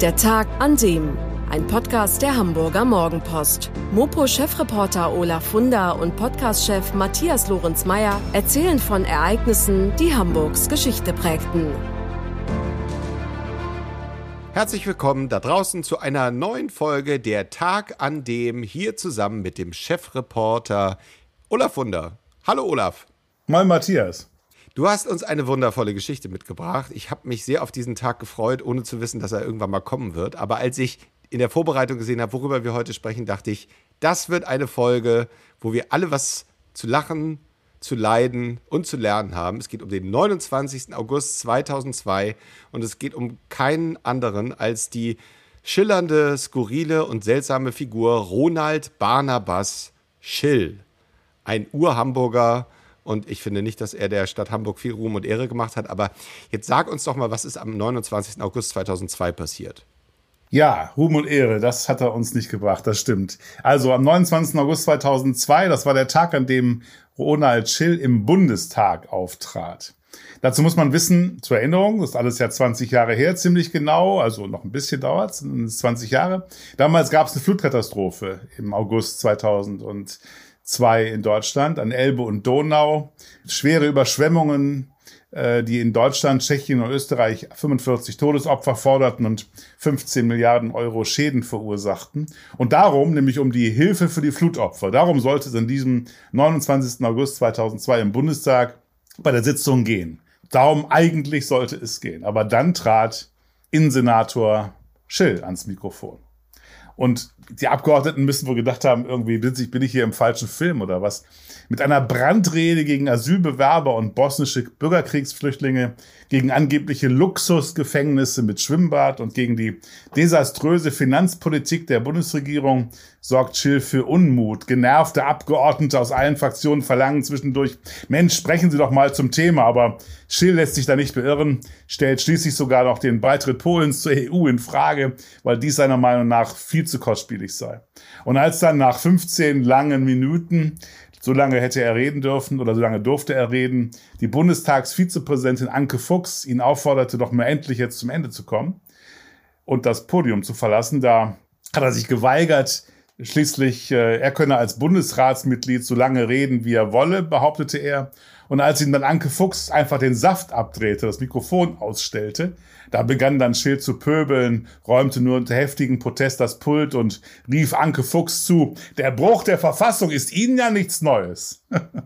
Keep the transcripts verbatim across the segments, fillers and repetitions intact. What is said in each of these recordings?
Der Tag an dem. Ein Podcast der Hamburger Morgenpost. Mopo-Chefreporter Olaf Funder und Podcast-Chef Matthias Lorenz-Meyer erzählen von Ereignissen, die Hamburgs Geschichte prägten. Herzlich willkommen da draußen zu einer neuen Folge Der Tag an dem, hier zusammen mit dem Chefreporter Olaf Funder. Hallo Olaf. Moin Matthias. Du hast uns eine wundervolle Geschichte mitgebracht. Ich habe mich sehr auf diesen Tag gefreut, ohne zu wissen, dass er irgendwann mal kommen wird. Aber als ich in der Vorbereitung gesehen habe, worüber wir heute sprechen, dachte ich, das wird eine Folge, wo wir alle was zu lachen, zu leiden und zu lernen haben. Es geht um den neunundzwanzigsten August zweitausendzwei und es geht um keinen anderen als die schillernde, skurrile und seltsame Figur Ronald Barnabas Schill. Ein Ur-Hamburger. Und ich finde nicht, dass er der Stadt Hamburg viel Ruhm und Ehre gemacht hat. Aber jetzt sag uns doch mal, was ist am neunundzwanzigsten August zweitausendzwei passiert? Ja, Ruhm und Ehre, das hat er uns nicht gebracht, das stimmt. Also am neunundzwanzigsten August zweitausendzwei, das war der Tag, an dem Ronald Schill im Bundestag auftrat. Dazu muss man wissen, zur Erinnerung, das ist alles ja zwanzig Jahre her, ziemlich genau, also noch ein bisschen dauert es, zwanzig Jahre. Damals gab es eine Flutkatastrophe im August zweitausendzwei in Deutschland, an Elbe und Donau. Schwere Überschwemmungen, äh, die in Deutschland, Tschechien und Österreich fünfundvierzig Todesopfer forderten und fünfzehn Milliarden Euro Schäden verursachten. Und darum, nämlich um die Hilfe für die Flutopfer, darum sollte es an diesem neunundzwanzigsten August zweitausendzwei im Bundestag bei der Sitzung gehen. Darum eigentlich sollte es gehen. Aber dann trat Innensenator Schill ans Mikrofon. Und die Abgeordneten müssen wohl gedacht haben, irgendwie bin ich, bin ich hier im falschen Film oder was. Mit einer Brandrede gegen Asylbewerber und bosnische Bürgerkriegsflüchtlinge, gegen angebliche Luxusgefängnisse mit Schwimmbad und gegen die desaströse Finanzpolitik der Bundesregierung sorgt Schill für Unmut. Genervte Abgeordnete aus allen Fraktionen verlangen zwischendurch, Mensch, sprechen Sie doch mal zum Thema. Aber Schill lässt sich da nicht beirren, stellt schließlich sogar noch den Beitritt Polens zur E U in Frage, weil dies seiner Meinung nach viel zu kostspielig sei. Und als dann nach fünfzehn langen Minuten, so lange hätte er reden dürfen oder so lange durfte er reden, die Bundestagsvizepräsidentin Anke Fuchs ihn aufforderte, doch mal endlich jetzt zum Ende zu kommen und das Podium zu verlassen, da hat er sich geweigert. Schließlich, äh, er könne als Bundesratsmitglied so lange reden, wie er wolle, behauptete er. Und als ihm dann Anke Fuchs einfach den Saft abdrehte, das Mikrofon ausstellte, da begann dann Schill zu pöbeln, räumte nur unter heftigen Protest das Pult und rief Anke Fuchs zu, der Bruch der Verfassung ist Ihnen ja nichts Neues.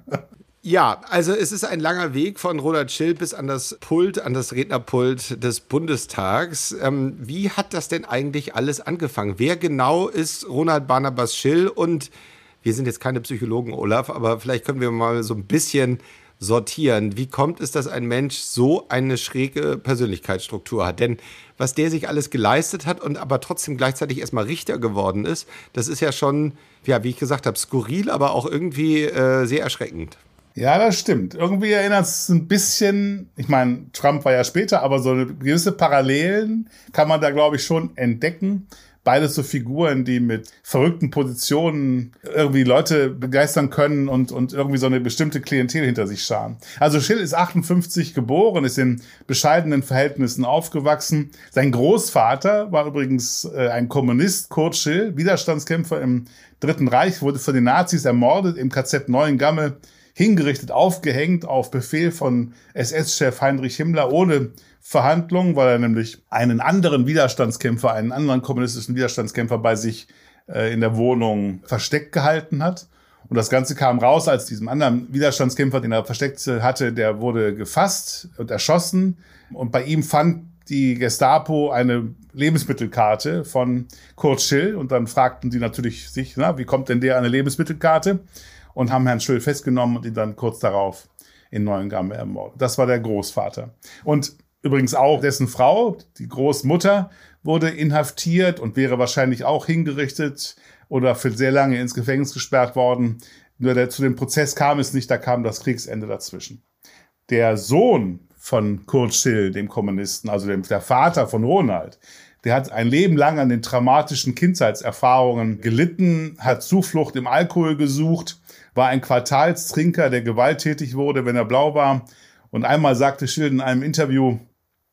Ja, also es ist ein langer Weg von Ronald Schill bis an das Pult, an das Rednerpult des Bundestags. Ähm, wie hat das denn eigentlich alles angefangen? Wer genau ist Ronald Barnabas Schill? Und wir sind jetzt keine Psychologen, Olaf, aber vielleicht können wir mal so ein bisschen sortieren. Wie kommt es, dass ein Mensch so eine schräge Persönlichkeitsstruktur hat? Denn was der sich alles geleistet hat und aber trotzdem gleichzeitig erstmal Richter geworden ist, das ist ja schon, ja, wie ich gesagt habe, skurril, aber auch irgendwie äh, sehr erschreckend. Ja, das stimmt. Irgendwie erinnert es ein bisschen, ich meine, Trump war ja später, aber so eine gewisse Parallelen kann man da, glaube ich, schon entdecken. Beides so Figuren, die mit verrückten Positionen irgendwie Leute begeistern können und, und irgendwie so eine bestimmte Klientel hinter sich scharen. Also Schill ist achtundfünfzig geboren, ist in bescheidenen Verhältnissen aufgewachsen. Sein Großvater war übrigens äh, ein Kommunist, Kurt Schill, Widerstandskämpfer im Dritten Reich, wurde von den Nazis ermordet im K Z Neuengamme, hingerichtet, aufgehängt auf Befehl von S S-Chef Heinrich Himmler ohne Verhandlungen, weil er nämlich einen anderen Widerstandskämpfer, einen anderen kommunistischen Widerstandskämpfer bei sich äh, in der Wohnung versteckt gehalten hat. Und das Ganze kam raus, als diesem anderen Widerstandskämpfer, den er versteckt hatte, der wurde gefasst und erschossen. Und bei ihm fand die Gestapo eine Lebensmittelkarte von Kurt Schill. Und dann fragten die natürlich sich, na, wie kommt denn der an eine Lebensmittelkarte? Und haben Herrn Schill festgenommen und ihn dann kurz darauf in Neuengamme ermordet. Das war der Großvater. Und übrigens auch dessen Frau, die Großmutter, wurde inhaftiert und wäre wahrscheinlich auch hingerichtet oder für sehr lange ins Gefängnis gesperrt worden. Nur der, zu dem Prozess kam es nicht, da kam das Kriegsende dazwischen. Der Sohn von Kurt Schill, dem Kommunisten, also dem, der Vater von Ronald, der hat ein Leben lang an den traumatischen Kindheitserfahrungen gelitten, hat Zuflucht im Alkohol gesucht, war ein Quartalstrinker, der gewalttätig wurde, wenn er blau war. Und einmal sagte Schill in einem Interview,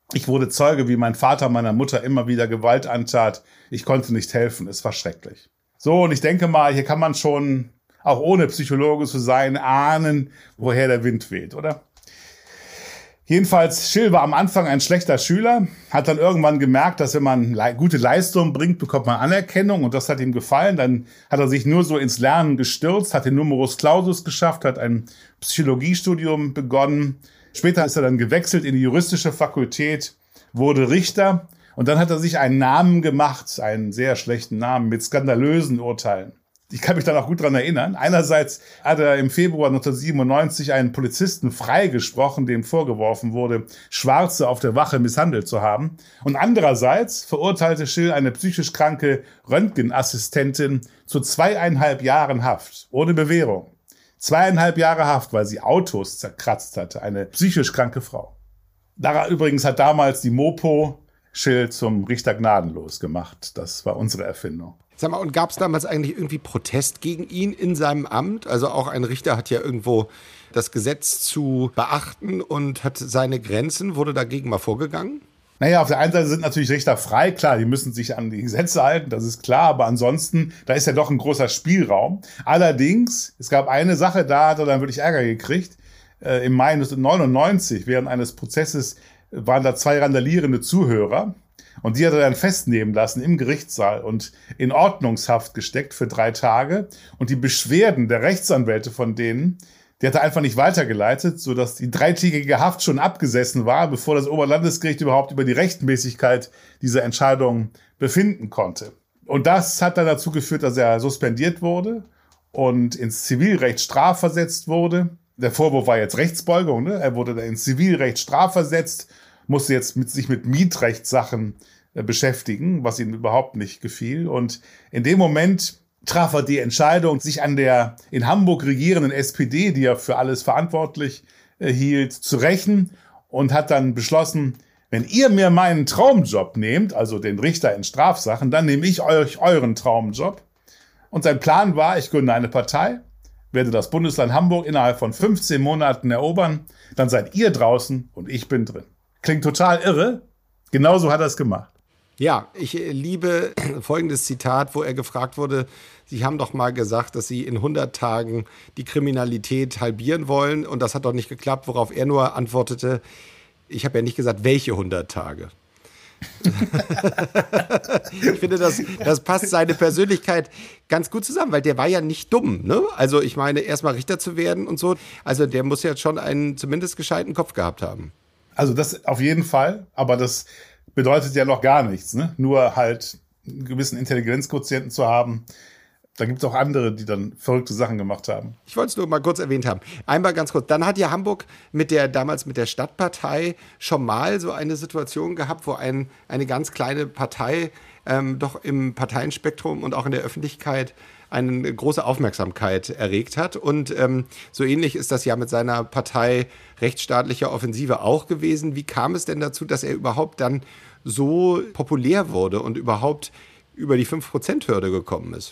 Ich wurde Zeuge, wie mein Vater meiner Mutter immer wieder Gewalt antat. Ich konnte nicht helfen, es war schrecklich. So, und ich denke mal, hier kann man schon, auch ohne Psychologe zu sein, ahnen, woher der Wind weht, oder? Jedenfalls, Schill war am Anfang ein schlechter Schüler, hat dann irgendwann gemerkt, dass wenn man le- gute Leistung bringt, bekommt man Anerkennung und das hat ihm gefallen. Dann hat er sich nur so ins Lernen gestürzt, hat den Numerus Clausus geschafft, hat ein Psychologiestudium begonnen. Später ist er dann gewechselt in die juristische Fakultät, wurde Richter und dann hat er sich einen Namen gemacht, einen sehr schlechten Namen mit skandalösen Urteilen. Ich kann mich da noch gut dran erinnern. Einerseits hat er im Februar neunzehnhundertsiebenundneunzig einen Polizisten freigesprochen, dem vorgeworfen wurde, Schwarze auf der Wache misshandelt zu haben. Und andererseits verurteilte Schill eine psychisch kranke Röntgenassistentin zu zweieinhalb Jahren Haft, ohne Bewährung. Zweieinhalb Jahre Haft, weil sie Autos zerkratzt hatte, eine psychisch kranke Frau. Da übrigens hat damals die Mopo Schill zum Richter gnadenlos gemacht. Das war unsere Erfindung. Sag mal, und gab es damals eigentlich irgendwie Protest gegen ihn in seinem Amt? Also auch ein Richter hat ja irgendwo das Gesetz zu beachten und hat seine Grenzen. Wurde dagegen mal vorgegangen? Naja, auf der einen Seite sind natürlich Richter frei, klar, die müssen sich an die Gesetze halten, das ist klar, aber ansonsten, da ist ja doch ein großer Spielraum. Allerdings, es gab eine Sache, da hat er dann wirklich Ärger gekriegt. Äh, im Mai neunzehnhundertneunundneunzig, während eines Prozesses, waren da zwei randalierende Zuhörer. Und die hat er dann festnehmen lassen im Gerichtssaal und in Ordnungshaft gesteckt für drei Tage. Und die Beschwerden der Rechtsanwälte von denen, die hat er einfach nicht weitergeleitet, sodass die dreitägige Haft schon abgesessen war, bevor das Oberlandesgericht überhaupt über die Rechtmäßigkeit dieser Entscheidung befinden konnte. Und das hat dann dazu geführt, dass er suspendiert wurde und ins Zivilrecht strafversetzt wurde. Der Vorwurf war jetzt Rechtsbeugung, ne? Er wurde dann ins Zivilrecht strafversetzt, musste jetzt mit, sich mit Mietrechtssachen äh, beschäftigen, was ihm überhaupt nicht gefiel. Und in dem Moment traf er die Entscheidung, sich an der in Hamburg regierenden S P D, die er für alles verantwortlich äh, hielt, zu rächen und hat dann beschlossen, wenn ihr mir meinen Traumjob nehmt, also den Richter in Strafsachen, dann nehme ich euch euren Traumjob. Und sein Plan war, ich gründe eine Partei, werde das Bundesland Hamburg innerhalb von fünfzehn Monaten erobern, dann seid ihr draußen und ich bin drin. Klingt total irre. Genauso hat er es gemacht. Ja, ich liebe folgendes Zitat, wo er gefragt wurde, Sie haben doch mal gesagt, dass Sie in hundert Tagen die Kriminalität halbieren wollen und das hat doch nicht geklappt, worauf er nur antwortete, ich habe ja nicht gesagt, welche hundert Tage. Ich finde, das, das passt seine Persönlichkeit ganz gut zusammen, weil der war ja nicht dumm, ne? Also ich meine, erstmal Richter zu werden und so, also der muss ja schon einen zumindest gescheiten Kopf gehabt haben. Also das auf jeden Fall, aber das bedeutet ja noch gar nichts, ne? Nur halt einen gewissen Intelligenzquotienten zu haben. Da gibt es auch andere, die dann verrückte Sachen gemacht haben. Ich wollte es nur mal kurz erwähnt haben. Einmal ganz kurz. Dann hat ja Hamburg mit der damals mit der Stadtpartei schon mal so eine Situation gehabt, wo ein, eine ganz kleine Partei ähm, doch im Parteienspektrum und auch in der Öffentlichkeit eine große Aufmerksamkeit erregt hat. Und ähm, so ähnlich ist das ja mit seiner Partei rechtsstaatlicher Offensive auch gewesen. Wie kam es denn dazu, dass er überhaupt dann so populär wurde und überhaupt über die fünf Prozent Hürde gekommen ist?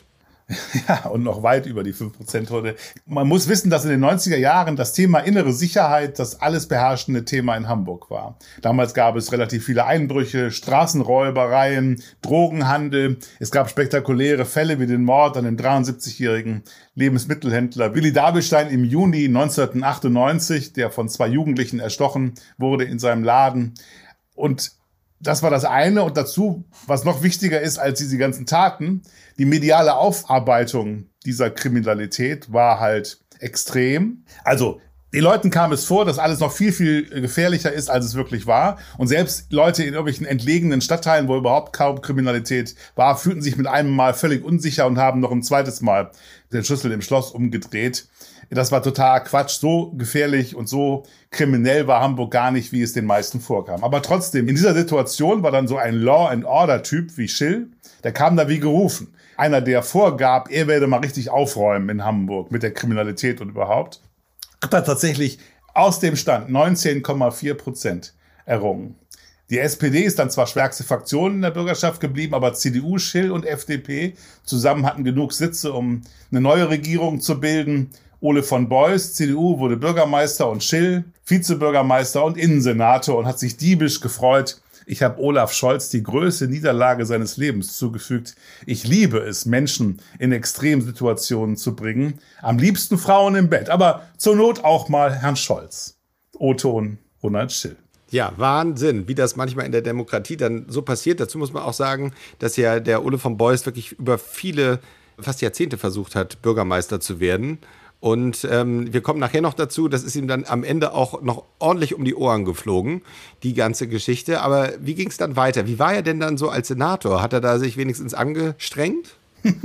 Ja, und noch weit über die fünf Prozent Hürde. Man muss wissen, dass in den neunziger Jahren das Thema innere Sicherheit das alles beherrschende Thema in Hamburg war. Damals gab es relativ viele Einbrüche, Straßenräubereien, Drogenhandel. Es gab spektakuläre Fälle wie den Mord an dem dreiundsiebzigjährigen Lebensmittelhändler Willi Dabelstein im Juni neunzehnhundertachtundneunzig, der von zwei Jugendlichen erstochen wurde in seinem Laden. Und das war das eine. Und dazu, was noch wichtiger ist als diese ganzen Taten, die mediale Aufarbeitung dieser Kriminalität war halt extrem. Also den Leuten kam es vor, dass alles noch viel, viel gefährlicher ist, als es wirklich war. Und selbst Leute in irgendwelchen entlegenen Stadtteilen, wo überhaupt kaum Kriminalität war, fühlten sich mit einem Mal völlig unsicher und haben noch ein zweites Mal den Schlüssel im Schloss umgedreht. Das war total Quatsch. So gefährlich und so kriminell war Hamburg gar nicht, wie es den meisten vorkam. Aber trotzdem, in dieser Situation war dann so ein Law-and-Order-Typ wie Schill, der kam da wie gerufen. Einer, der vorgab, er werde mal richtig aufräumen in Hamburg mit der Kriminalität und überhaupt, hat er tatsächlich aus dem Stand neunzehn Komma vier Prozent errungen. Die S P D ist dann zwar stärkste Fraktion in der Bürgerschaft geblieben, aber C D U, Schill und F D P zusammen hatten genug Sitze, um eine neue Regierung zu bilden. Ole von Beust, C D U, wurde Bürgermeister und Schill Vizebürgermeister und Innensenator und hat sich diebisch gefreut. Ich habe Olaf Scholz die größte Niederlage seines Lebens zugefügt. Ich liebe es, Menschen in Extremsituationen zu bringen. Am liebsten Frauen im Bett, aber zur Not auch mal Herrn Scholz. O-Ton Ronald Schill. Ja, Wahnsinn, wie das manchmal in der Demokratie dann so passiert. Dazu muss man auch sagen, dass ja der Ole von Beust wirklich über viele, fast Jahrzehnte versucht hat, Bürgermeister zu werden. Und ähm, wir kommen nachher noch dazu, das ist ihm dann am Ende auch noch ordentlich um die Ohren geflogen, die ganze Geschichte. Aber wie ging es dann weiter? Wie war er denn dann so als Senator? Hat er da sich wenigstens angestrengt?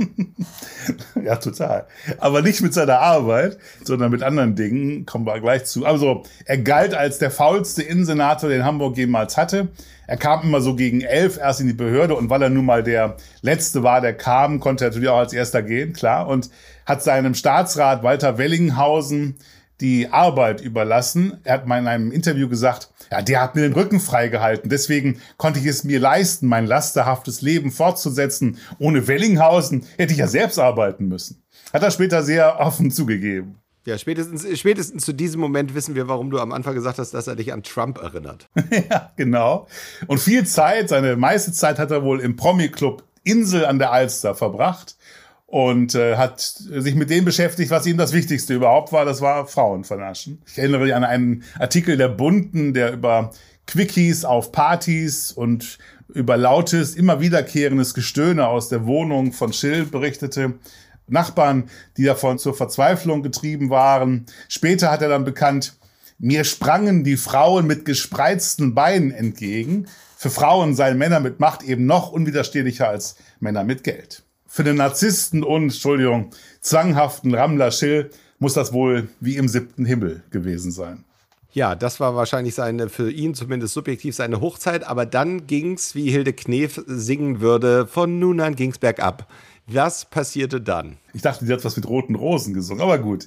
Ja, total. Aber nicht mit seiner Arbeit, sondern mit anderen Dingen, kommen wir gleich zu. Also, er galt als der faulste Innensenator, den Hamburg jemals hatte. Er kam immer so gegen elf erst in die Behörde und weil er nun mal der Letzte war, der kam, konnte er natürlich auch als Erster gehen, klar. Und hat seinem Staatsrat Walter Wellinghausen die Arbeit überlassen. Er hat mal in einem Interview gesagt, ja, der hat mir den Rücken freigehalten. Deswegen konnte ich es mir leisten, mein lasterhaftes Leben fortzusetzen. Ohne Wellinghausen hätte ich ja selbst arbeiten müssen. Hat er später sehr offen zugegeben. Ja, spätestens, spätestens zu diesem Moment wissen wir, warum du am Anfang gesagt hast, dass er dich an Trump erinnert. Ja, genau. Und viel Zeit, seine meiste Zeit hat er wohl im Promi-Club Insel an der Alster verbracht. Und äh, hat sich mit dem beschäftigt, was ihm das Wichtigste überhaupt war, das war Frauen vernaschen. Ich erinnere mich an einen Artikel der Bunten, der über Quickies auf Partys und über lautes, immer wiederkehrendes Gestöhne aus der Wohnung von Schill berichtete. Nachbarn, die davon zur Verzweiflung getrieben waren. Später hat er dann bekannt, mir sprangen die Frauen mit gespreizten Beinen entgegen. Für Frauen seien Männer mit Macht eben noch unwiderstehlicher als Männer mit Geld. Für den Narzissten und, Entschuldigung, zwanghaften Rammler Schill muss das wohl wie im siebten Himmel gewesen sein. Ja, das war wahrscheinlich seine, für ihn zumindest subjektiv seine Hochzeit, aber dann ging's, wie Hilde Knef singen würde, von nun an ging's bergab. Was passierte dann? Ich dachte, die hat was mit roten Rosen gesungen, aber gut.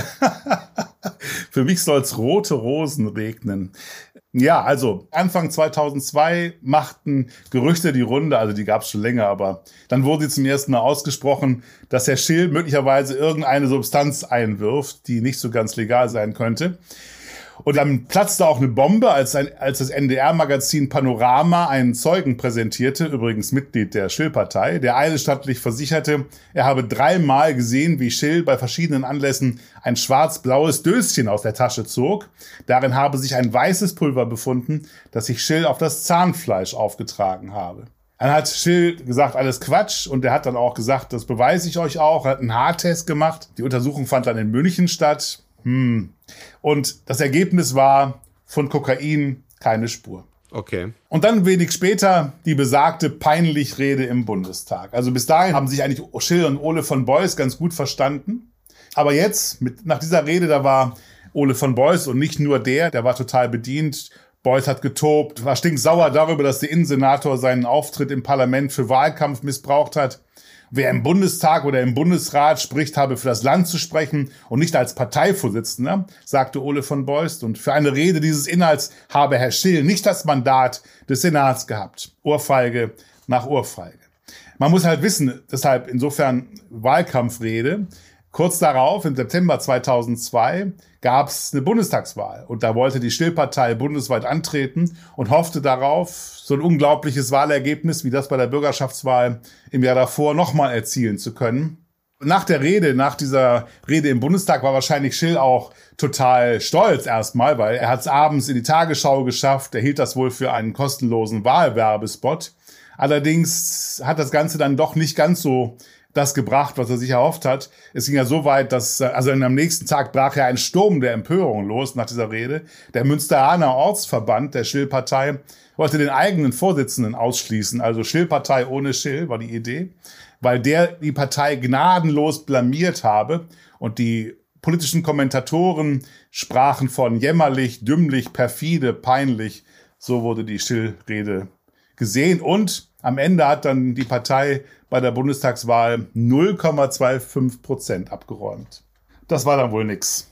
Für mich soll's rote Rosen regnen. Ja, also Anfang zweitausendzwei machten Gerüchte die Runde, also die gab es schon länger, aber dann wurde sie zum ersten Mal ausgesprochen, dass Herr Schill möglicherweise irgendeine Substanz einwirft, die nicht so ganz legal sein könnte. Und dann platzte auch eine Bombe, als, ein, als das N D R-Magazin Panorama einen Zeugen präsentierte, übrigens Mitglied der Schill-Partei, der eidesstattlich versicherte, er habe dreimal gesehen, wie Schill bei verschiedenen Anlässen ein schwarz-blaues Döschen aus der Tasche zog. Darin habe sich ein weißes Pulver befunden, das sich Schill auf das Zahnfleisch aufgetragen habe. Dann hat Schill gesagt, alles Quatsch. Und er hat dann auch gesagt, das beweise ich euch auch. Er hat einen Haartest gemacht. Die Untersuchung fand dann in München statt. Hm. Und das Ergebnis war von Kokain keine Spur. Okay. Und dann wenig später die besagte Peinlich-Rede im Bundestag. Also bis dahin haben sich eigentlich Schill und Ole von Beust ganz gut verstanden. Aber jetzt, mit, nach dieser Rede, da war Ole von Beust und nicht nur der, der war total bedient. Beust hat getobt, war stinksauer darüber, dass der Innensenator seinen Auftritt im Parlament für Wahlkampf missbraucht hat. Wer im Bundestag oder im Bundesrat spricht, habe für das Land zu sprechen und nicht als Parteivorsitzender, sagte Ole von Beust. Und für eine Rede dieses Inhalts habe Herr Schill nicht das Mandat des Senats gehabt. Ohrfeige nach Ohrfeige. Man muss halt wissen, deshalb insofern Wahlkampfrede. Kurz darauf, im September zweitausendzwei, gab es eine Bundestagswahl. Und da wollte die Schill-Partei bundesweit antreten und hoffte darauf, so ein unglaubliches Wahlergebnis wie das bei der Bürgerschaftswahl im Jahr davor nochmal erzielen zu können. Nach der Rede, nach dieser Rede im Bundestag war wahrscheinlich Schill auch total stolz erstmal, weil er hat es abends in die Tagesschau geschafft. Er hielt das wohl für einen kostenlosen Wahlwerbespot. Allerdings hat das Ganze dann doch nicht ganz so das gebracht, was er sich erhofft hat. Es ging ja so weit, dass, also am nächsten Tag brach ja ein Sturm der Empörung los nach dieser Rede. Der Münsteraner Ortsverband der Schill-Partei wollte den eigenen Vorsitzenden ausschließen, also Schill-Partei ohne Schill war die Idee, weil der die Partei gnadenlos blamiert habe und die politischen Kommentatoren sprachen von jämmerlich, dümmlich, perfide, peinlich. So wurde die Schill-Rede gesehen und am Ende hat dann die Partei bei der Bundestagswahl null Komma fünfundzwanzig Prozent abgeräumt. Das war dann wohl nix.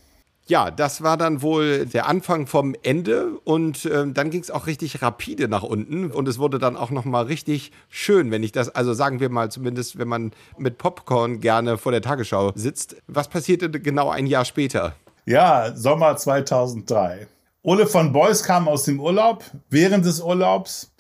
Ja, das war dann wohl der Anfang vom Ende und äh, dann ging es auch richtig rapide nach unten und es wurde dann auch nochmal richtig schön, wenn ich das, also sagen wir mal zumindest, wenn man mit Popcorn gerne vor der Tagesschau sitzt. Was passierte genau ein Jahr später? Ja, Sommer zweitausenddrei. Ole von Beust kam aus dem Urlaub. Während des Urlaubs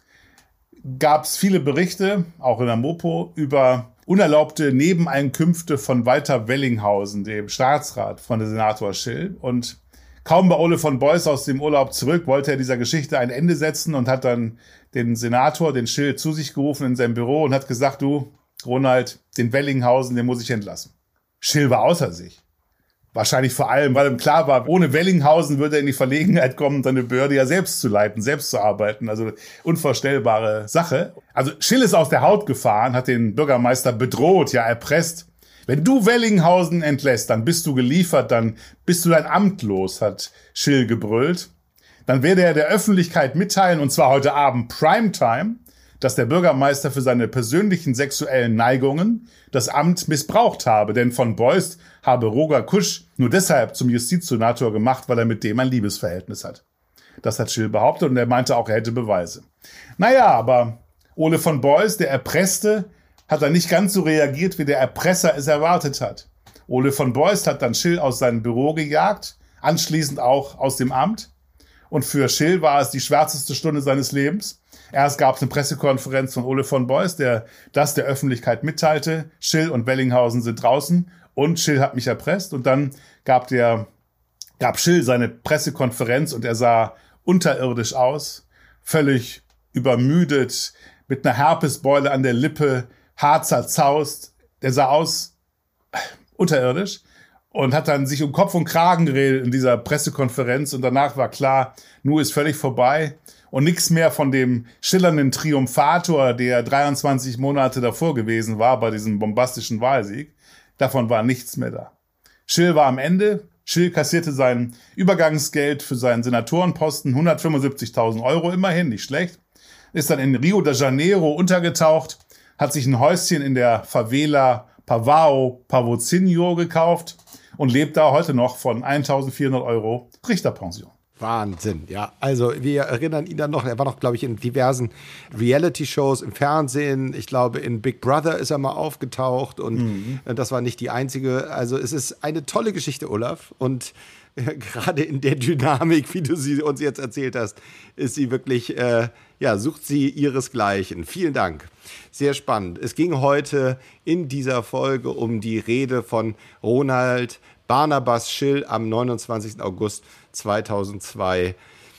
gab es viele Berichte, auch in der Mopo, über unerlaubte Nebeneinkünfte von Walter Wellinghausen, dem Staatsrat von der Senator Schill. Und kaum war Ole von Beust aus dem Urlaub zurück, wollte er dieser Geschichte ein Ende setzen und hat dann den Senator, den Schill, zu sich gerufen in sein Büro und hat gesagt, du, Ronald, den Wellinghausen, den muss ich entlassen. Schill war außer sich. Wahrscheinlich vor allem, weil ihm klar war, ohne Wellinghausen würde er in die Verlegenheit kommen, seine Behörde ja selbst zu leiten, selbst zu arbeiten. Also unvorstellbare Sache. Also Schill ist aus der Haut gefahren, hat den Bürgermeister bedroht, ja erpresst. Wenn du Wellinghausen entlässt, dann bist du geliefert, dann bist du dein Amt los, hat Schill gebrüllt. Dann werde er der Öffentlichkeit mitteilen, und zwar heute Abend Primetime, dass der Bürgermeister für seine persönlichen sexuellen Neigungen das Amt missbraucht habe. Denn von Beust habe Roger Kusch nur deshalb zum Justizsenator gemacht, weil er mit dem ein Liebesverhältnis hat. Das hat Schill behauptet und er meinte auch, er hätte Beweise. Naja, aber Ole von Beust, der Erpresste, hat dann nicht ganz so reagiert, wie der Erpresser es erwartet hat. Ole von Beust hat dann Schill aus seinem Büro gejagt, anschließend auch aus dem Amt. Und für Schill war es die schwärzeste Stunde seines Lebens. Erst gab es eine Pressekonferenz von Ole von Beust, der das der Öffentlichkeit mitteilte. Schill und Wellinghausen sind draußen und Schill hat mich erpresst. Und dann gab, der, gab Schill seine Pressekonferenz und er sah unterirdisch aus, völlig übermüdet, mit einer Herpesbeule an der Lippe, hart zerzaust. Der sah aus unterirdisch und hat dann sich um Kopf und Kragen geredet in dieser Pressekonferenz. Und danach war klar, Nu ist völlig vorbei. Und nichts mehr von dem schillernden Triumphator, der dreiundzwanzig Monate davor gewesen war bei diesem bombastischen Wahlsieg. Davon war nichts mehr da. Schill war am Ende. Schill kassierte sein Übergangsgeld für seinen Senatorenposten, hundertfünfundsiebzigtausend Euro, immerhin, nicht schlecht. Ist dann in Rio de Janeiro untergetaucht, hat sich ein Häuschen in der Favela Pavao Pavozinho gekauft und lebt da heute noch von eintausendvierhundert Euro Richterpension. Wahnsinn, ja. Also wir erinnern ihn dann noch, er war noch, glaube ich, in diversen Reality-Shows im Fernsehen. Ich glaube, in Big Brother ist er mal aufgetaucht und mhm. das war nicht die einzige. Also es ist eine tolle Geschichte, Olaf. Und äh, gerade in der Dynamik, wie du sie uns jetzt erzählt hast, ist sie wirklich, äh, ja, sucht sie ihresgleichen. Vielen Dank. Sehr spannend. Es ging heute in dieser Folge um die Rede von Ronald Barnabas Schill am neunundzwanzigsten August zweitausendzwei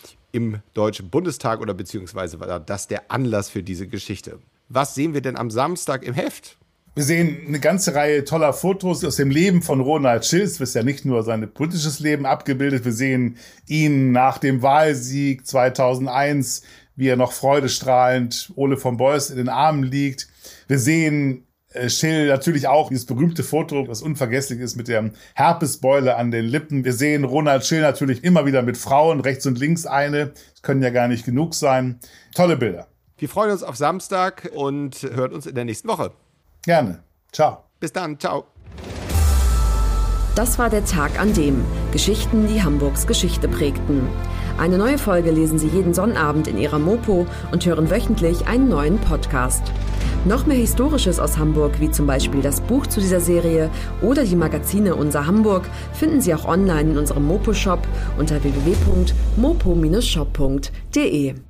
im Deutschen Bundestag oder beziehungsweise war das der Anlass für diese Geschichte. Was sehen wir denn am Samstag im Heft? Wir sehen eine ganze Reihe toller Fotos aus dem Leben von Ronald Schill. Es ist ja nicht nur sein politisches Leben abgebildet. Wir sehen ihn nach dem Wahlsieg zweitausendeins, wie er noch freudestrahlend Ole von Beust in den Armen liegt. Wir sehen Schill natürlich auch dieses berühmte Foto, das unvergesslich ist, mit der Herpesbeule an den Lippen. Wir sehen Ronald Schill natürlich immer wieder mit Frauen, rechts und links eine. Das können ja gar nicht genug sein. Tolle Bilder. Wir freuen uns auf Samstag und hören uns in der nächsten Woche. Gerne. Ciao. Bis dann. Ciao. Das war der Tag an dem. Geschichten, die Hamburgs Geschichte prägten. Eine neue Folge lesen Sie jeden Sonnabend in Ihrer Mopo und hören wöchentlich einen neuen Podcast. Noch mehr Historisches aus Hamburg, wie zum Beispiel das Buch zu dieser Serie oder die Magazine Unser Hamburg, finden Sie auch online in unserem Mopo-Shop unter w w w punkt mopo Bindestrich shop punkt de.